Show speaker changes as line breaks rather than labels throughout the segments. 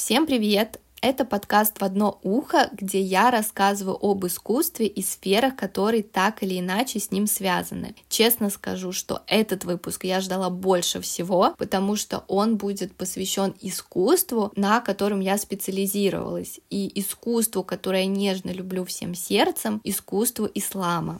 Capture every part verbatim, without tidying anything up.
Всем привет! Это подкаст «В одно ухо», где я рассказываю об искусстве и сферах, которые так или иначе с ним связаны. Честно скажу, что этот выпуск я ждала больше всего, потому что он будет посвящен искусству, на котором я специализировалась, и искусству, которое я нежно люблю всем сердцем, искусству ислама.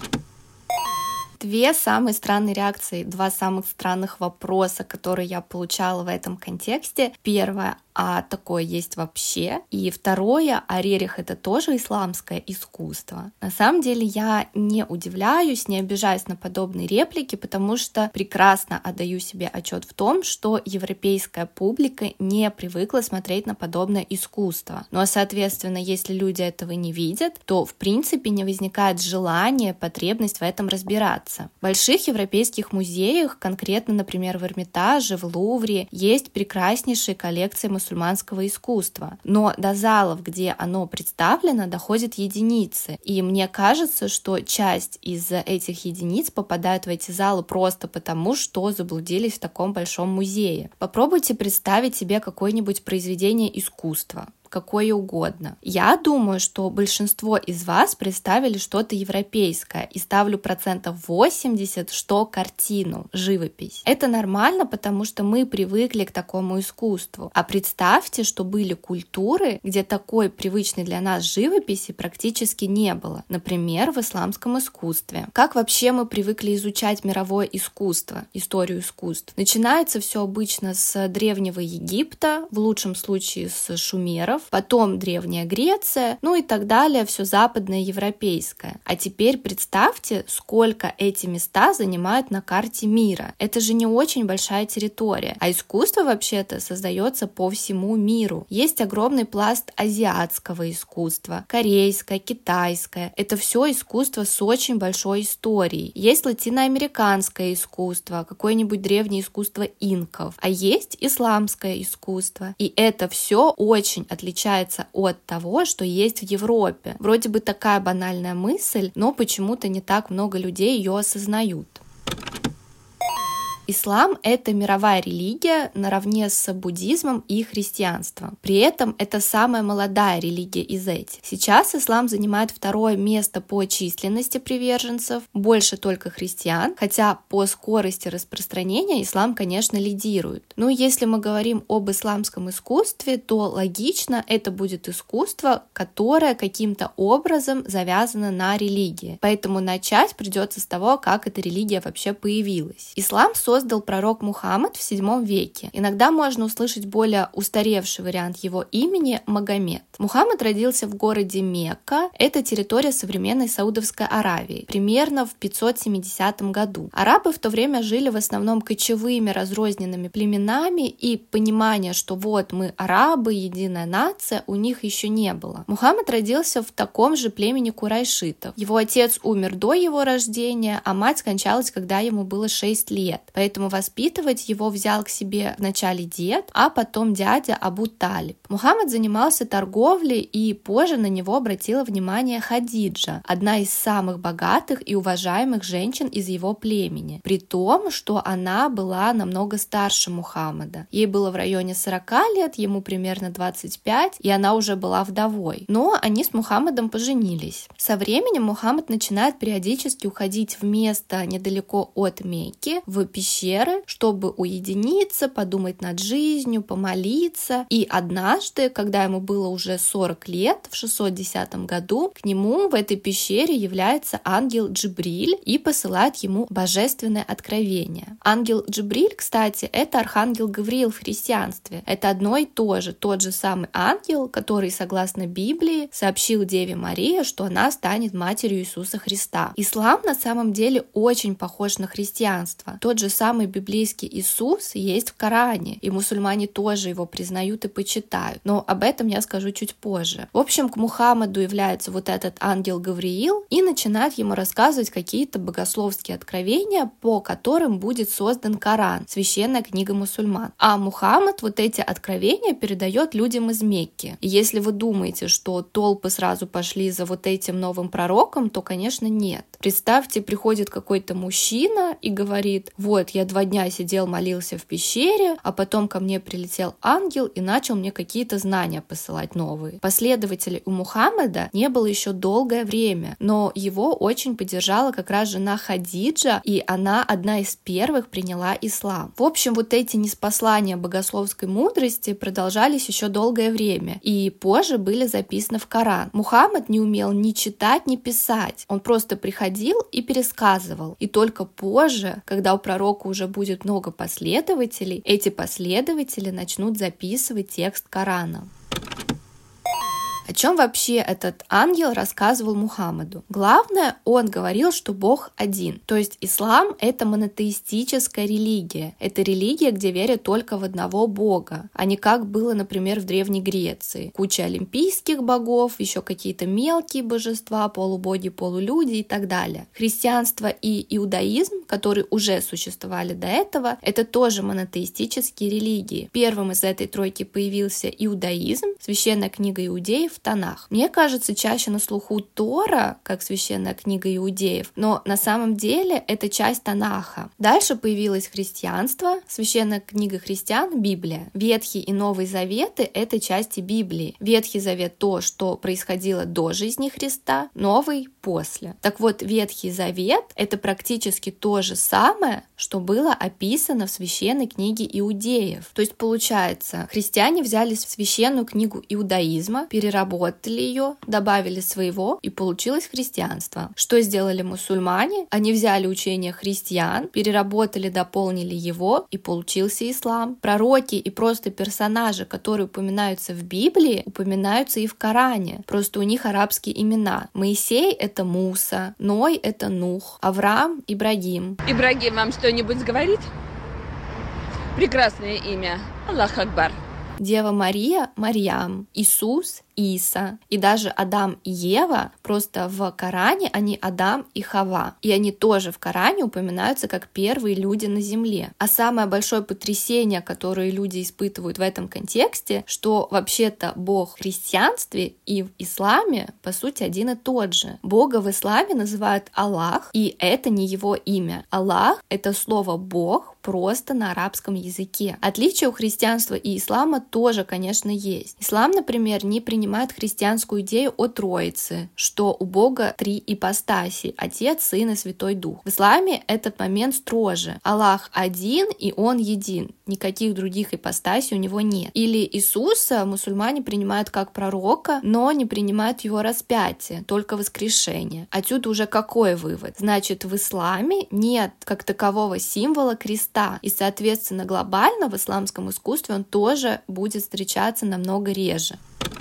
Две самые странные реакции, два самых странных вопроса, которые я получала в этом контексте. Первое: а такое есть вообще? И второе: а рерих — это тоже исламское искусство? На самом деле я не удивляюсь, не обижаюсь на подобные реплики, потому что прекрасно отдаю себе отчет в том, что европейская публика не привыкла смотреть на подобное искусство. Ну а соответственно, если люди этого не видят, то в принципе не возникает желания, потребность в этом разбираться. В больших европейских музеях, конкретно, например, в Эрмитаже, в Лувре, есть прекраснейшие коллекции мусульманского искусства. Но до залов, где оно представлено, доходят единицы. И мне кажется, что часть из этих единиц попадают в эти залы просто потому, что заблудились в таком большом музее. Попробуйте представить себе какое-нибудь произведение искусства, какое угодно. Я думаю, что большинство из вас представили что-то европейское, и ставлю процентов восемьдесят, что картину, живопись. Это нормально, потому что мы привыкли к такому искусству. А представьте, что были культуры, где такой привычной для нас живописи практически не было. Например, в исламском искусстве. Как вообще мы привыкли изучать мировое искусство, историю искусств? Начинается все обычно с Древнего Египта, в лучшем случае с шумеров, потом Древняя Греция, ну и так далее, все западное европейское. А теперь представьте, сколько эти места занимают на карте мира. Это же не очень большая территория, а искусство вообще-то создается по всему миру. Есть огромный пласт азиатского искусства, корейское, китайское. Это все искусство с очень большой историей. Есть латиноамериканское искусство, какое-нибудь древнее искусство инков, а есть исламское искусство. И это все очень отличается отличается от того, что есть в Европе. Вроде бы такая банальная мысль, но почему-то не так много людей ее осознают. Ислам — это мировая религия наравне с буддизмом и христианством. При этом это самая молодая религия из этих. Сейчас ислам занимает второе место по численности приверженцев, больше только христиан, хотя по скорости распространения ислам, конечно, лидирует. Но если мы говорим об исламском искусстве, то логично, это будет искусство, которое каким-то образом завязано на религии. Поэтому начать придется с того, как эта религия вообще появилась. Ислам создал создал пророк Мухаммад в седьмом веке. Иногда можно услышать более устаревший вариант его имени — Магомед. Мухаммад родился в городе Мекка, это территория современной Саудовской Аравии, примерно в пятьсот семидесятом году. Арабы в то время жили в основном кочевыми разрозненными племенами, и понимания, что вот мы арабы, единая нация, у них еще не было. Мухаммад родился в таком же племени курайшитов. Его отец умер до его рождения, а мать скончалась, когда ему было шесть лет. Поэтому воспитывать его взял к себе вначале дед, а потом дядя Абу Талиб. Мухаммад занимался торговлей, и позже на него обратила внимание Хадиджа, одна из самых богатых и уважаемых женщин из его племени, при том, что она была намного старше Мухаммада. Ей было в районе сорока лет, ему примерно двадцать пять, и она уже была вдовой. Но они с Мухаммадом поженились. Со временем Мухаммад начинает периодически уходить в место недалеко от Мекки, в пещеры, чтобы уединиться, подумать над жизнью, помолиться. И однажды, когда ему было уже сорок лет, в шестьсот десятом году, к нему в этой пещере является ангел Джибриль и посылает ему божественное откровение. Ангел Джибриль, кстати, это архангел Гавриил в христианстве. Это одно и то же, тот же самый ангел, который, согласно Библии, сообщил Деве Марии, что она станет матерью Иисуса Христа. Ислам на самом деле очень похож на христианство. Тот же самый библейский Иисус есть в Коране, и мусульмане тоже его признают и почитают, но об этом я скажу чуть позже. В общем, к Мухаммаду является вот этот ангел Гавриил и начинает ему рассказывать какие-то богословские откровения, по которым будет создан Коран, священная книга мусульман. А Мухаммад вот эти откровения передает людям из Мекки. И если вы думаете, что толпы сразу пошли за вот этим новым пророком, то, конечно, нет. Представьте, приходит какой-то мужчина и говорит: вот, я два дня сидел, молился в пещере, а потом ко мне прилетел ангел и начал мне какие-то знания посылать новые. Последователей у Мухаммеда не было еще долгое время, но его очень поддержала как раз жена Хадиджа, и она одна из первых приняла ислам. В общем, вот эти ниспослания богословской мудрости продолжались еще долгое время, и позже были записаны в Коран. Мухаммед не умел ни читать, ни писать. Он просто приходил и пересказывал. И только позже, когда у пророка уже будет много последователей, эти последователи начнут записывать текст Корана. О чем вообще этот ангел рассказывал Мухаммаду? Главное, он говорил, что Бог один. То есть ислам — это монотеистическая религия. Это религия, где верят только в одного Бога, а не как было, например, в Древней Греции. Куча олимпийских богов, еще какие-то мелкие божества, полубоги, полулюди и так далее. Христианство и иудаизм, которые уже существовали до этого, это тоже монотеистические религии. Первым из этой тройки появился иудаизм, священная книга иудеев, Танах. Мне кажется, чаще на слуху Тора, как священная книга иудеев, но на самом деле это часть Танаха. Дальше появилось христианство, священная книга христиан, Библия. Ветхий и Новый Заветы — это части Библии. Ветхий Завет — то, что происходило до жизни Христа, Новый — после. Так вот, Ветхий Завет — это практически то же самое, что было описано в священной книге иудеев. То есть, получается, христиане взяли священную книгу иудаизма, переработали ее, добавили своего, и получилось христианство. Что сделали мусульмане? Они взяли учение христиан, переработали, дополнили его, и получился ислам. Пророки и просто персонажи, которые упоминаются в Библии, упоминаются и в Коране. Просто у них арабские имена. Моисей — это Муса, Ной — это Нух, Авраам — Ибрагим.
Ибрагим вам что-нибудь говорит? Прекрасное имя. Аллах Акбар.
Дева Мария — Марьям, Иисус — Иса, и даже Адам и Ева, просто в Коране они Адам и Хава, и они тоже в Коране упоминаются как первые люди на земле. А самое большое потрясение, которое люди испытывают в этом контексте, что вообще-то Бог в христианстве и в исламе по сути один и тот же. Бога в исламе называют Аллах, и это не его имя. Аллах — это слово Бог просто на арабском языке. Отличие у христианства и ислама тоже, конечно, есть. Ислам, например, не принимает христианскую идею о Троице, что у Бога три ипостаси — Отец, Сын и Святой Дух. В исламе этот момент строже. Аллах один, и Он един. Никаких других ипостасей у него нет. Или Иисуса мусульмане принимают как пророка, но не принимают его распятие, только воскрешение. Отсюда уже какой вывод? Значит, в исламе нет как такового символа креста, и, соответственно, глобально в исламском искусстве он тоже будет встречаться намного реже.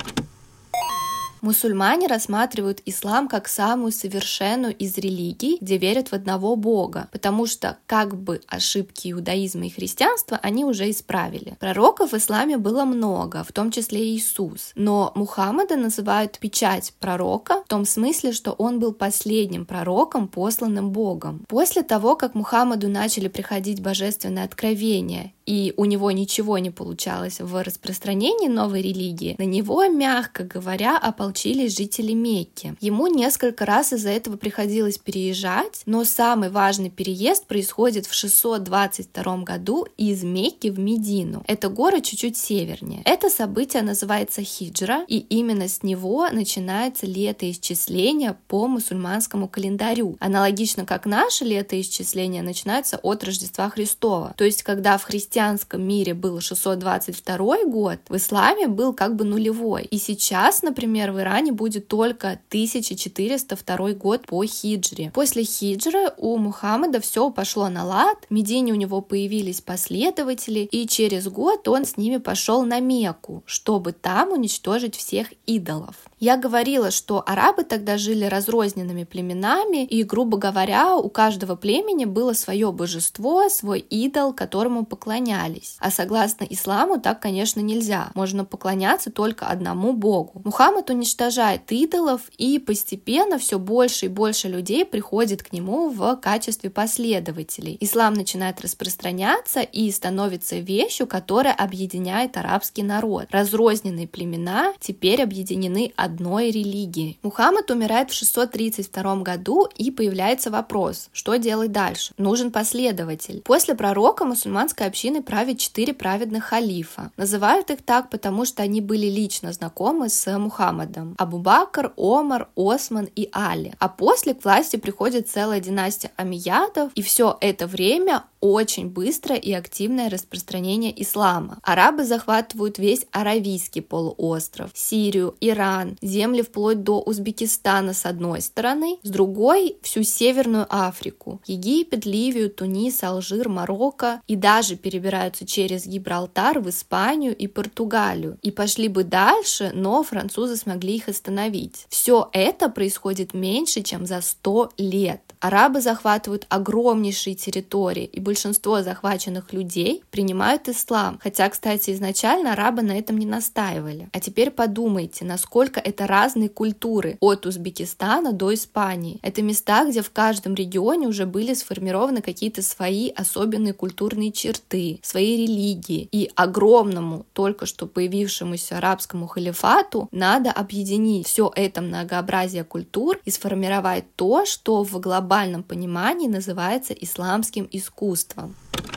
Мусульмане рассматривают ислам как самую совершенную из религий, где верят в одного Бога, потому что как бы ошибки иудаизма и христианства они уже исправили. Пророков в исламе было много, в том числе и Иисус, но Мухаммада называют печать пророка в том смысле, что он был последним пророком, посланным Богом. После того, как Мухаммаду начали приходить божественные откровения, и у него ничего не получалось в распространении новой религии, на него, мягко говоря, ополчились жители Мекки. Ему несколько раз из-за этого приходилось переезжать, но самый важный переезд происходит в шестьсот двадцать втором году из Мекки в Медину. Это город чуть-чуть севернее. Это событие называется хиджра, и именно с него начинается летоисчисление по мусульманскому календарю. Аналогично как наше летоисчисление начинается от Рождества Христова. То есть, когда в христианстве В христианском мире был шестьсот двадцать второй год, в исламе был как бы нулевой. И сейчас, например, в Иране будет только тысяча четыреста второй год по хиджре. После хиджры у Мухаммада все пошло на лад, в Медине у него появились последователи, и через год он с ними пошел на Мекку, чтобы там уничтожить всех идолов. Я говорила, что арабы тогда жили разрозненными племенами, и, грубо говоря, у каждого племени было свое божество, свой идол, которому поклонялись. А согласно исламу так, конечно, нельзя. Можно поклоняться только одному Богу. Мухаммад уничтожает идолов, и постепенно все больше и больше людей приходит к нему в качестве последователей. Ислам начинает распространяться и становится вещью, которая объединяет арабский народ. Разрозненные племена теперь объединены одной одной религией. Мухаммад умирает в шестьсот тридцать втором году, и появляется вопрос, что делать дальше? Нужен последователь. После пророка мусульманской общины правят четыре праведных халифа. Называют их так, потому что они были лично знакомы с Мухаммадом. Абу Бакр, Омар, Осман и Али. А после к власти приходит целая династия аммиядов, и все это время очень быстрое и активное распространение ислама. Арабы захватывают весь Аравийский полуостров, Сирию, Иран, земли вплоть до Узбекистана с одной стороны, с другой — всю Северную Африку, Египет, Ливию, Тунис, Алжир, Марокко, и даже перебираются через Гибралтар в Испанию и Португалию. И пошли бы дальше, но французы смогли их остановить. Все это происходит меньше, чем за сто лет. Арабы захватывают огромнейшие территории, и большинство захваченных людей принимают ислам, хотя, кстати, изначально арабы на этом не настаивали. А теперь подумайте, насколько это разные культуры от Узбекистана до Испании. Это места, где в каждом регионе уже были сформированы какие-то свои особенные культурные черты, свои религии, и огромному, только что появившемуся арабскому халифату надо объединить все это многообразие культур и сформировать то, что в глобальном В глобальном понимании называется исламским искусством.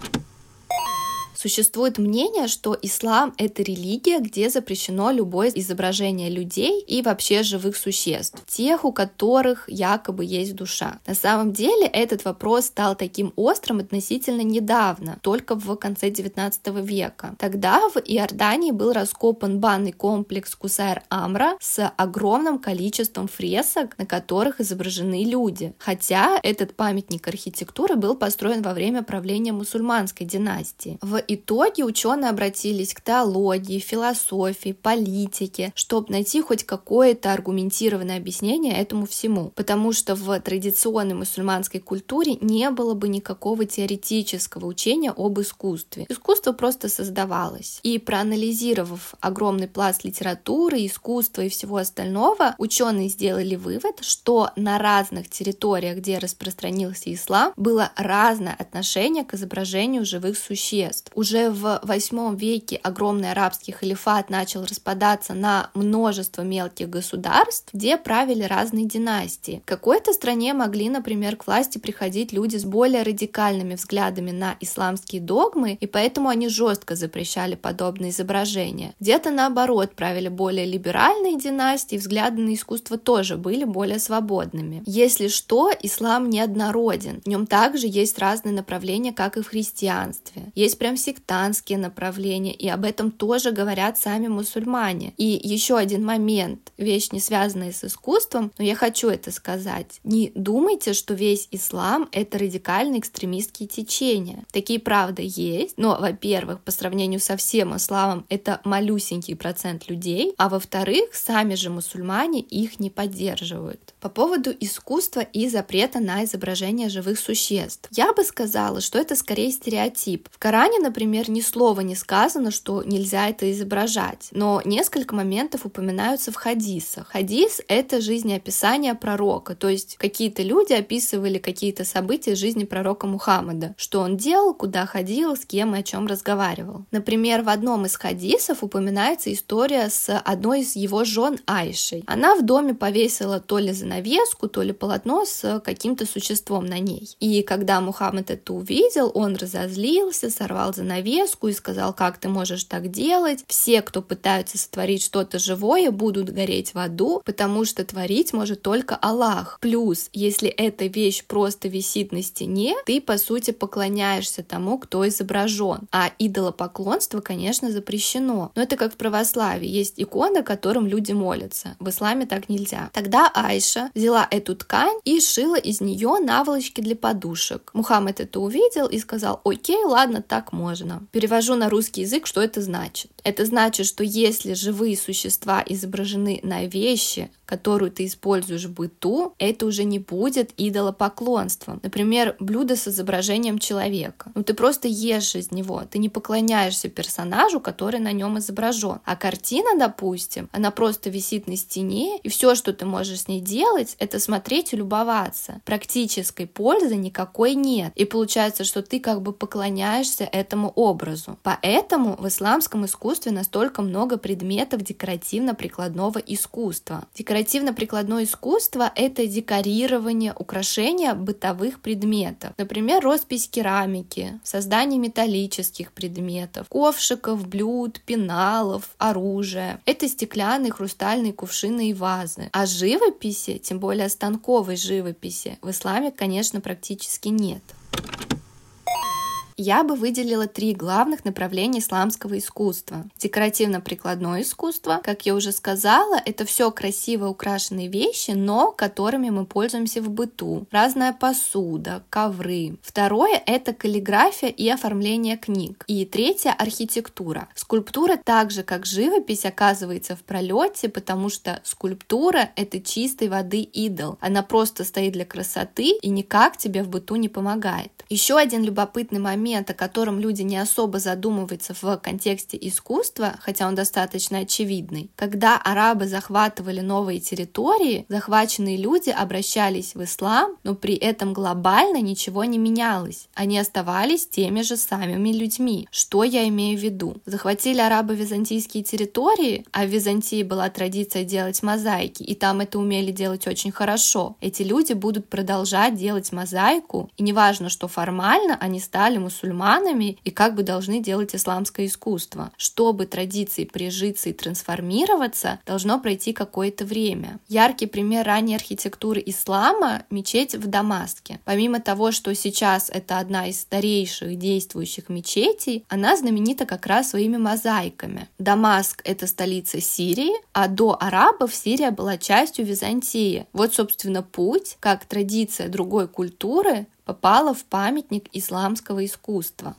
Существует мнение, что ислам — это религия, где запрещено любое изображение людей и вообще живых существ, тех, у которых якобы есть душа. На самом деле этот вопрос стал таким острым относительно недавно, только в конце девятнадцатого века. Тогда в Иордании был раскопан банный комплекс Кусайр-Амра с огромным количеством фресок, на которых изображены люди. Хотя этот памятник архитектуры был построен во время правления мусульманской династии. В итоге ученые обратились к теологии, философии, политике, чтобы найти хоть какое-то аргументированное объяснение этому всему, потому что в традиционной мусульманской культуре не было бы никакого теоретического учения об искусстве. Искусство просто создавалось. И проанализировав огромный пласт литературы, искусства и всего остального, ученые сделали вывод, что на разных территориях, где распространился ислам, было разное отношение к изображению живых существ. Уже в восьмом веке огромный арабский халифат начал распадаться на множество мелких государств, где правили разные династии. В какой-то стране могли, например, к власти приходить люди с более радикальными взглядами на исламские догмы, и поэтому они жестко запрещали подобные изображения. Где-то наоборот правили более либеральные династии, взгляды на искусство тоже были более свободными. Если что, ислам неоднороден. В нем также есть разные направления, как и в христианстве. Есть прям сектантские направления, и об этом тоже говорят сами мусульмане. И еще один момент, вещь, не связанная с искусством, но я хочу это сказать. Не думайте, что весь ислам — это радикальные экстремистские течения. Такие, правда, есть, но, во-первых, по сравнению со всем исламом, это малюсенький процент людей, а во-вторых, сами же мусульмане их не поддерживают. По поводу искусства и запрета на изображение живых существ. Я бы сказала, что это скорее стереотип. В Коране, например, ни слова не сказано, что нельзя это изображать, но несколько моментов упоминаются в хадисах. Хадис — это жизнеописание пророка, то есть какие-то люди описывали какие-то события жизни пророка Мухаммада, что он делал, куда ходил, с кем и о чем разговаривал. Например, в одном из хадисов упоминается история с одной из его жен Айшей. Она в доме повесила то ли занавеску, то ли полотно с каким-то существом на ней. И когда Мухаммад это увидел, он разозлился, сорвал занавеску и сказал: как ты можешь так делать? Все, кто пытаются сотворить что-то живое, будут гореть в аду, потому что творить может только Аллах. Плюс, если эта вещь просто висит на стене, ты, по сути, поклоняешься тому, кто изображен. А идолопоклонство, конечно, запрещено. Но это как в православии. Есть иконы, которым люди молятся. В исламе так нельзя. Тогда Айша взяла эту ткань и шила из нее наволочки для подушек. Мухаммад это увидел и сказал: окей, ладно, так можно. Перевожу на русский язык, что это значит. Это значит, что если живые существа изображены на вещи, которую ты используешь в быту, это уже не будет идолопоклонством. Например, блюдо с изображением человека. Ну, ты просто ешь из него, ты не поклоняешься персонажу, который на нем изображен. А картина, допустим, она просто висит на стене, и все, что ты можешь с ней делать, это смотреть и любоваться. Практической пользы никакой нет. И получается, что ты как бы поклоняешься этому определенному образу. Поэтому в исламском искусстве настолько много предметов декоративно-прикладного искусства. Декоративно-прикладное искусство — это декорирование, украшение бытовых предметов. Например, роспись керамики, создание металлических предметов, ковшиков, блюд, пеналов, оружия. Это стеклянные, хрустальные кувшины и вазы. А живописи, тем более станковой живописи, в исламе, конечно, практически нет. Я бы выделила три главных направления исламского искусства. Декоративно-прикладное искусство, как я уже сказала, это все красиво украшенные вещи, но которыми мы пользуемся в быту. Разная посуда, ковры. Второе — это каллиграфия и оформление книг. И третье — архитектура. Скульптура, так же как живопись, оказывается в пролете, потому что скульптура — это чистой воды идол. Она просто стоит для красоты и никак тебе в быту не помогает. Еще один любопытный момент, о котором люди не особо задумываются в контексте искусства, хотя он достаточно очевидный. Когда арабы захватывали новые территории, захваченные люди обращались в ислам, но при этом глобально ничего не менялось. Они оставались теми же самыми людьми. Что я имею в виду? Захватили арабы византийские территории, а в Византии была традиция делать мозаики, и там это умели делать очень хорошо. Эти люди будут продолжать делать мозаику, и неважно, что формально они стали мусульманами и как бы должны делать исламское искусство. Чтобы традиции прижиться и трансформироваться, должно пройти какое-то время. Яркий пример ранней архитектуры ислама — мечеть в Дамаске. Помимо того, что сейчас это одна из старейших действующих мечетей, она знаменита как раз своими мозаиками. Дамаск — это столица Сирии, а до арабов Сирия была частью Византии. Вот, собственно, путь, как традиция другой культуры попала в памятник исламского искусства.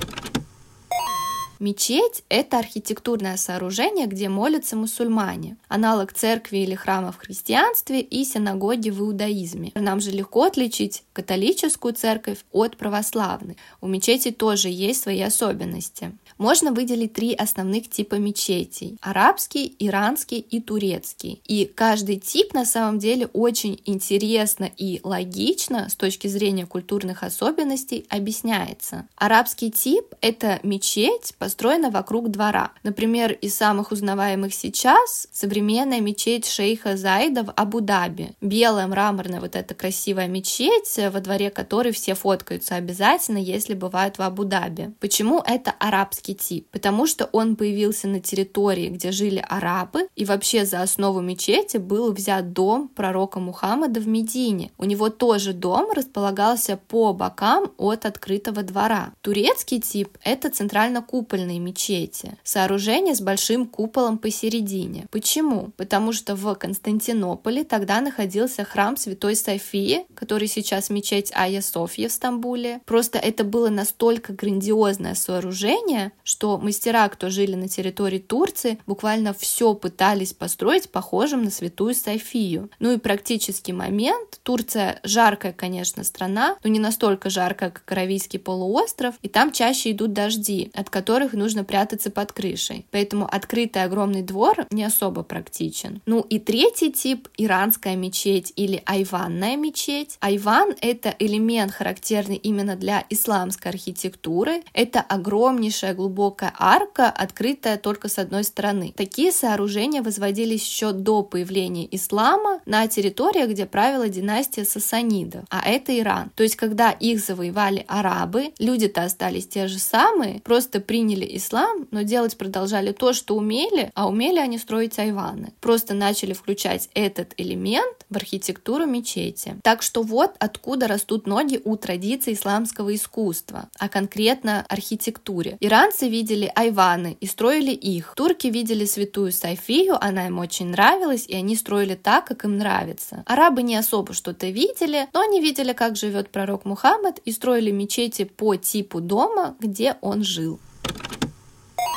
Мечеть — это архитектурное сооружение, где молятся мусульмане, аналог церкви или храма в христианстве и синагоги в иудаизме. Нам же легко отличить католическую церковь от православной. У мечети тоже есть свои особенности. Можно выделить три основных типа мечетей: арабский, иранский и турецкий. И каждый тип на самом деле очень интересно и логично с точки зрения культурных особенностей объясняется. Арабский тип — это мечеть, построена вокруг двора. Например, из самых узнаваемых сейчас современная мечеть шейха Заида в Абу-Даби. Белая мраморная вот эта красивая мечеть, во дворе которой все фоткаются обязательно, если бывают в Абу-Даби. Почему это арабский тип? Потому что он появился на территории, где жили арабы, и вообще за основу мечети был взят дом пророка Мухаммада в Медине. У него тоже дом располагался по бокам от открытого двора. Турецкий тип — это центрально-купольные мечети, сооружение с большим куполом посередине. Почему? Потому что в Константинополе тогда находился храм Святой Софии, который сейчас мечеть Айя Софья в Стамбуле. Просто это было настолько грандиозное сооружение, что мастера, кто жили на территории Турции, буквально все пытались построить похожим на Святую Софию. Ну и практический момент. Турция жаркая, конечно, страна, но не настолько жаркая, как Аравийский полуостров, и там чаще идут дожди, от которых нужно прятаться под крышей. Поэтому открытый огромный двор не особо практичен. Ну и третий тип — иранская мечеть или айванная мечеть. Айван — это элемент, характерный именно для исламской архитектуры. Это огромнейшая глубокая арка, открытая только с одной стороны. Такие сооружения возводились еще до появления ислама на территориях, где правила династия сасанидов, а это Иран. То есть, когда их завоевали арабы, люди-то остались те же самые, просто приняли ислам, но делать продолжали то, что умели, а умели они строить айваны. Просто начали включать этот элемент в архитектуру мечети. Так что вот откуда растут ноги у традиций исламского искусства, а конкретно архитектуре. Иранцы видели айваны и строили их. Турки видели Святую Софию, она им очень нравилась, и они строили так, как им нравится. Арабы не особо что-то видели, но они видели, как живет пророк Мухаммад, и строили мечети по типу дома, где он жил.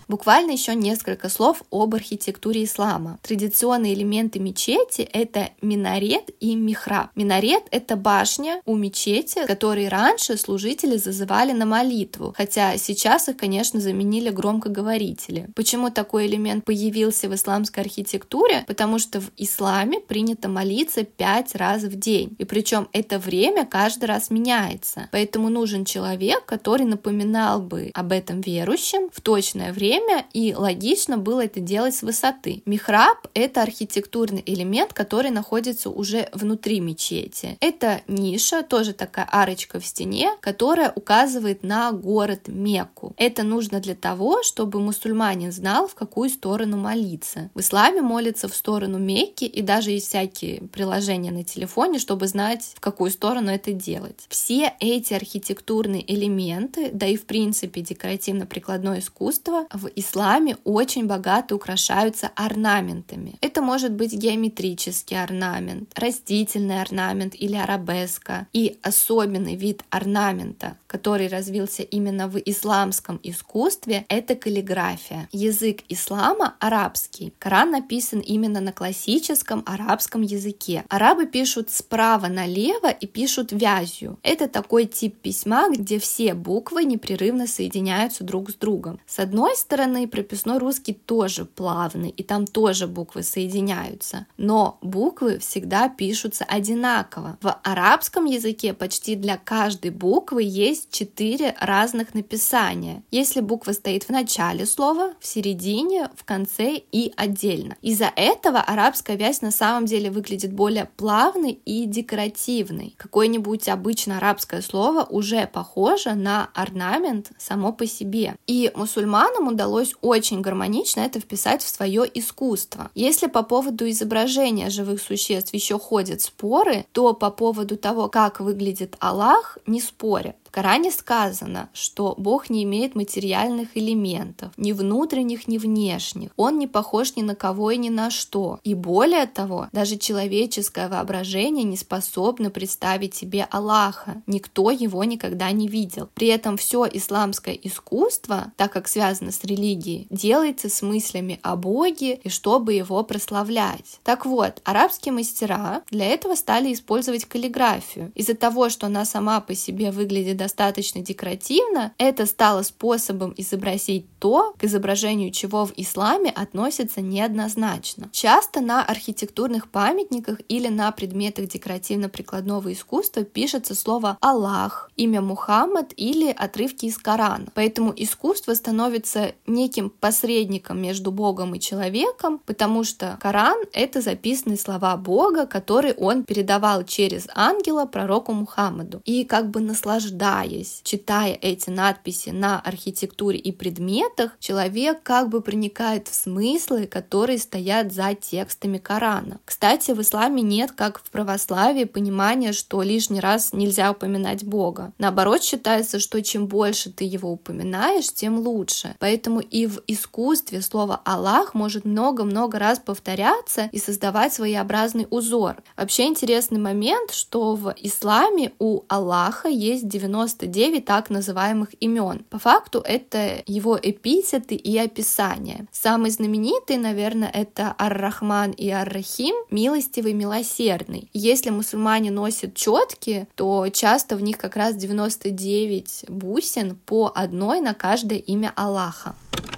Буквально еще несколько слов об архитектуре ислама. Традиционные элементы мечети — это минарет и михраб. Минарет — это башня у мечети, которые раньше служители зазывали на молитву, хотя сейчас их, конечно, заменили громкоговорители. Почему такой элемент появился в исламской архитектуре? Потому что в исламе принято молиться пять раз в день, и причем это время каждый раз меняется. Поэтому нужен человек, который напоминал бы об этом верующим в точное время, и логично было это делать с высоты. Михраб — это архитектурный элемент, который находится уже внутри мечети. Это ниша, тоже такая арочка в стене, которая указывает на город Мекку. Это нужно для того, чтобы мусульманин знал, в какую сторону молиться. В исламе молятся в сторону Мекки, и даже есть всякие приложения на телефоне, чтобы знать, в какую сторону это делать. Все эти архитектурные элементы, да и в принципе декоративно-прикладное искусство в исламе очень богато украшаются орнаментами. Это может быть геометрический орнамент, растительный орнамент или арабеска. И особенный вид орнамента, который развился именно в исламском искусстве, это каллиграфия. Язык ислама — арабский. Коран написан именно на классическом арабском языке. Арабы пишут справа налево и пишут вязью. Это такой тип письма, где все буквы непрерывно соединяются друг с другом. С одной стороны, прописной русский тоже плавный, и там тоже буквы соединяются, но буквы всегда пишутся одинаково. В арабском языке почти для каждой буквы есть четыре разных написания. Если буква стоит в начале слова, в середине, в конце и отдельно. Из-за этого арабская вязь на самом деле выглядит более плавной и декоративной. Какое-нибудь обычно арабское слово уже похоже на орнамент само по себе. И мусульманам удалось очень гармонично это вписать в свое искусство. Если по поводу изображения живых существ еще ходят споры, то по поводу того, как выглядит Аллах, не спорят. В Коране сказано, что Бог не имеет материальных элементов, ни внутренних, ни внешних. Он не похож ни на кого и ни на что. И более того, даже человеческое воображение не способно представить себе Аллаха. Никто его никогда не видел. При этом все исламское искусство, так как связано с религией, делается с мыслями о Боге и чтобы его прославлять. Так вот, арабские мастера для этого стали использовать каллиграфию. Из-за того, что она сама по себе выглядит достаточно декоративно, это стало способом изобразить то, к изображению чего в исламе относятся неоднозначно. Часто на архитектурных памятниках или на предметах декоративно-прикладного искусства пишется слово «Аллах», имя Мухаммад или отрывки из Корана. Поэтому искусство становится неким посредником между Богом и человеком, потому что Коран — это записанные слова Бога, которые он передавал через ангела пророку Мухаммаду. И как бы наслаждаясь, читая эти надписи на архитектуре и предметах, человек как бы проникает в смыслы, которые стоят за текстами Корана. Кстати, в исламе нет, как в православии, понимания, что лишний раз нельзя упоминать Бога. Наоборот, считается, что чем больше ты его упоминаешь, тем лучше. Поэтому и в искусстве слово «Аллах» может много-много раз повторяться и создавать своеобразный узор. Вообще интересный момент, что в исламе у Аллаха есть девяносто девять так называемых имен. По факту это его эпитеты и описания. Самый знаменитый, наверное, это Ар-Рахман и Ар-Рахим, милостивый, милосердный. Если мусульмане носят четки, то часто в них как раз девяносто девять бусин, по одной на каждое имя Аллаха.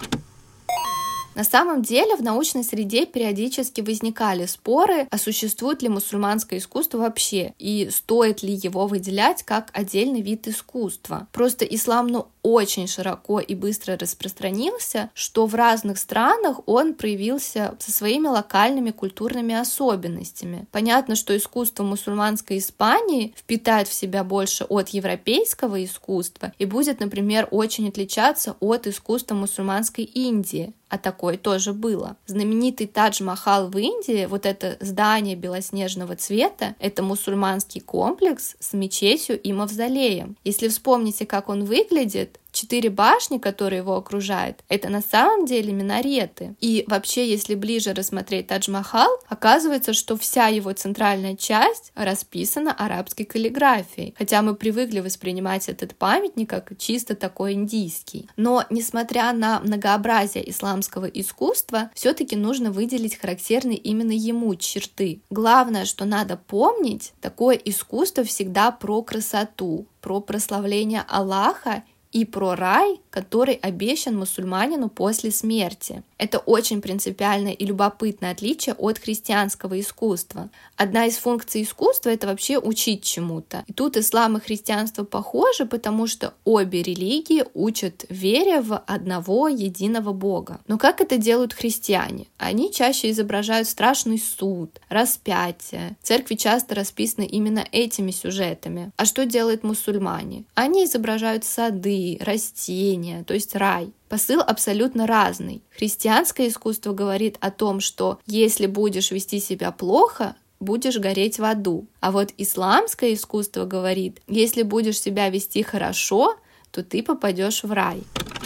На самом деле в научной среде периодически возникали споры, а существует ли мусульманское искусство вообще, и стоит ли его выделять как отдельный вид искусства. Просто ислам, ну, очень широко и быстро распространился, что в разных странах он проявился со своими локальными культурными особенностями. Понятно, что искусство мусульманской Испании впитает в себя больше от европейского искусства и будет, например, очень отличаться от искусства мусульманской Индии. А такое тоже было. Знаменитый Тадж-Махал в Индии, вот это здание белоснежного цвета, это мусульманский комплекс с мечетью и мавзолеем. Если вспомните, как он выглядит, Четыре башни, которые его окружают, это на самом деле минареты. И вообще, если ближе рассмотреть Тадж-Махал, оказывается, что вся его центральная часть расписана арабской каллиграфией. Хотя мы привыкли воспринимать этот памятник как чисто такой индийский. Но, несмотря на многообразие исламского искусства, все-таки нужно выделить характерные именно ему черты. Главное, что надо помнить, такое искусство всегда про красоту, про прославление Аллаха и про рай, который обещан мусульманину после смерти. Это очень принципиальное и любопытное отличие от христианского искусства. Одна из функций искусства — это вообще учить чему-то. И тут ислам и христианство похожи, потому что обе религии учат вере в одного единого Бога. Но как это делают христиане? Они чаще изображают страшный суд, распятие. Церкви часто расписаны именно этими сюжетами. А что делают мусульмане? Они изображают сады, растения, то есть рай. Посыл абсолютно разный. Христианское искусство говорит о том, что если будешь вести себя плохо, будешь гореть в аду. А вот исламское искусство говорит, если будешь себя вести хорошо, то ты попадешь в рай.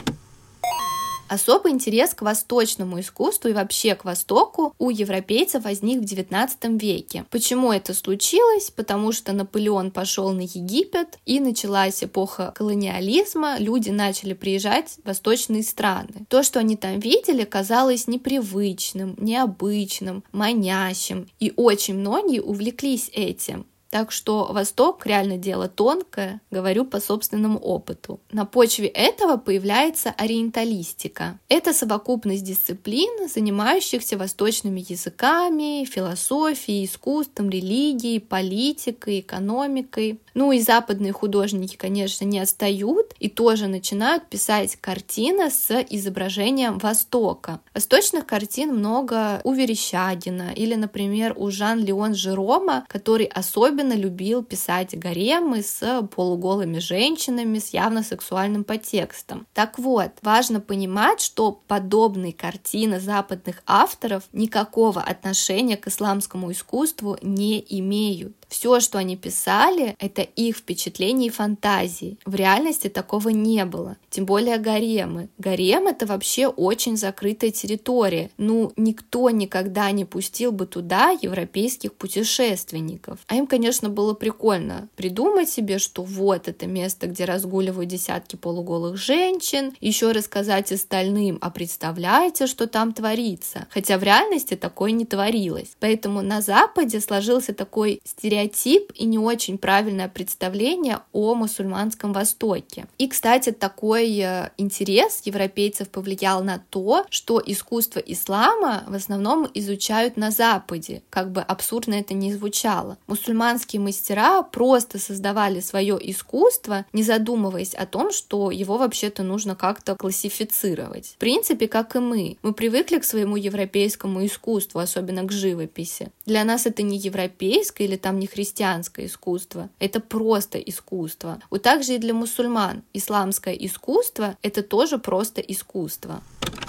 Особый интерес к восточному искусству и вообще к Востоку у европейцев возник в девятнадцатом веке. Почему это случилось? Потому что Наполеон пошел на Египет, и началась эпоха колониализма, люди начали приезжать в восточные страны. То, что они там видели, казалось непривычным, необычным, манящим, и очень многие увлеклись этим. Так что Восток реально дело тонкое, говорю по собственному опыту. На почве этого появляется ориенталистика. Это совокупность дисциплин, занимающихся восточными языками, философией, искусством, религией, политикой, экономикой. Ну и западные художники, конечно, не отстают и тоже начинают писать картины с изображением Востока. Восточных картин много у Верещагина или, например, у Жан-Леон Жерома, который особенно любил писать гаремы с полуголыми женщинами с явно сексуальным подтекстом. Так вот, важно понимать, что подобные картины западных авторов никакого отношения к исламскому искусству не имеют. Все, что они писали, это их впечатления и фантазии. В реальности такого не было. Тем более гаремы. Гарем — это вообще очень закрытая территория. Ну, никто никогда не пустил бы туда европейских путешественников. А им, конечно, было прикольно придумать себе, что вот это место, где разгуливают десятки полуголых женщин, еще рассказать остальным, а представляете, что там творится. Хотя в реальности такое не творилось. Поэтому на Западе сложился такой стереотип и не очень правильное представление о мусульманском Востоке. И, кстати, такой интерес европейцев повлиял на то, что искусство ислама в основном изучают на Западе, как бы абсурдно это ни звучало. Мусульманские мастера просто создавали свое искусство, не задумываясь о том, что его вообще-то нужно как-то классифицировать. В принципе, как и мы. Мы привыкли к своему европейскому искусству, особенно к живописи. Для нас это не европейское или там не христианское искусство, это просто искусство. Вот так же и для мусульман исламское искусство — это тоже просто искусство.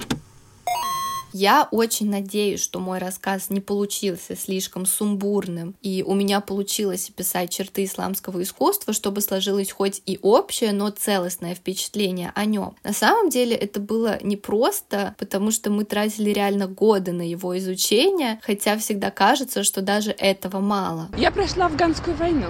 Я очень надеюсь, что мой рассказ не получился слишком сумбурным, и у меня получилось описать черты исламского искусства, чтобы сложилось хоть и общее, но целостное впечатление о нем. На самом деле это было непросто, потому что мы тратили реально годы на его изучение, хотя всегда кажется, что даже этого мало.
Я прошла афганскую войну.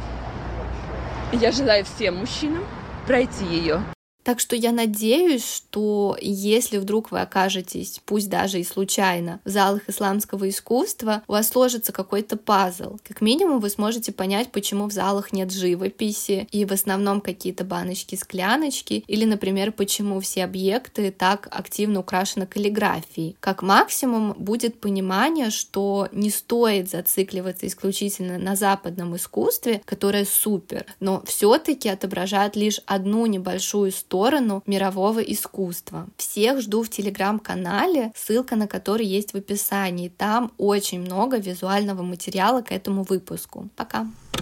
Я желаю всем мужчинам пройти ее.
Так что я надеюсь, что если вдруг вы окажетесь, пусть даже и случайно, в залах исламского искусства, у вас сложится какой-то пазл. Как минимум вы сможете понять, почему в залах нет живописи, и в основном какие-то баночки-скляночки, или, например, почему все объекты так активно украшены каллиграфией. Как максимум будет понимание, что не стоит зацикливаться исключительно на западном искусстве, которое супер, но все-таки отображает лишь одну небольшую сторону сторону мирового искусства. Всех жду в телеграм-канале, ссылка на который есть в описании. Там очень много визуального материала к этому выпуску. Пока!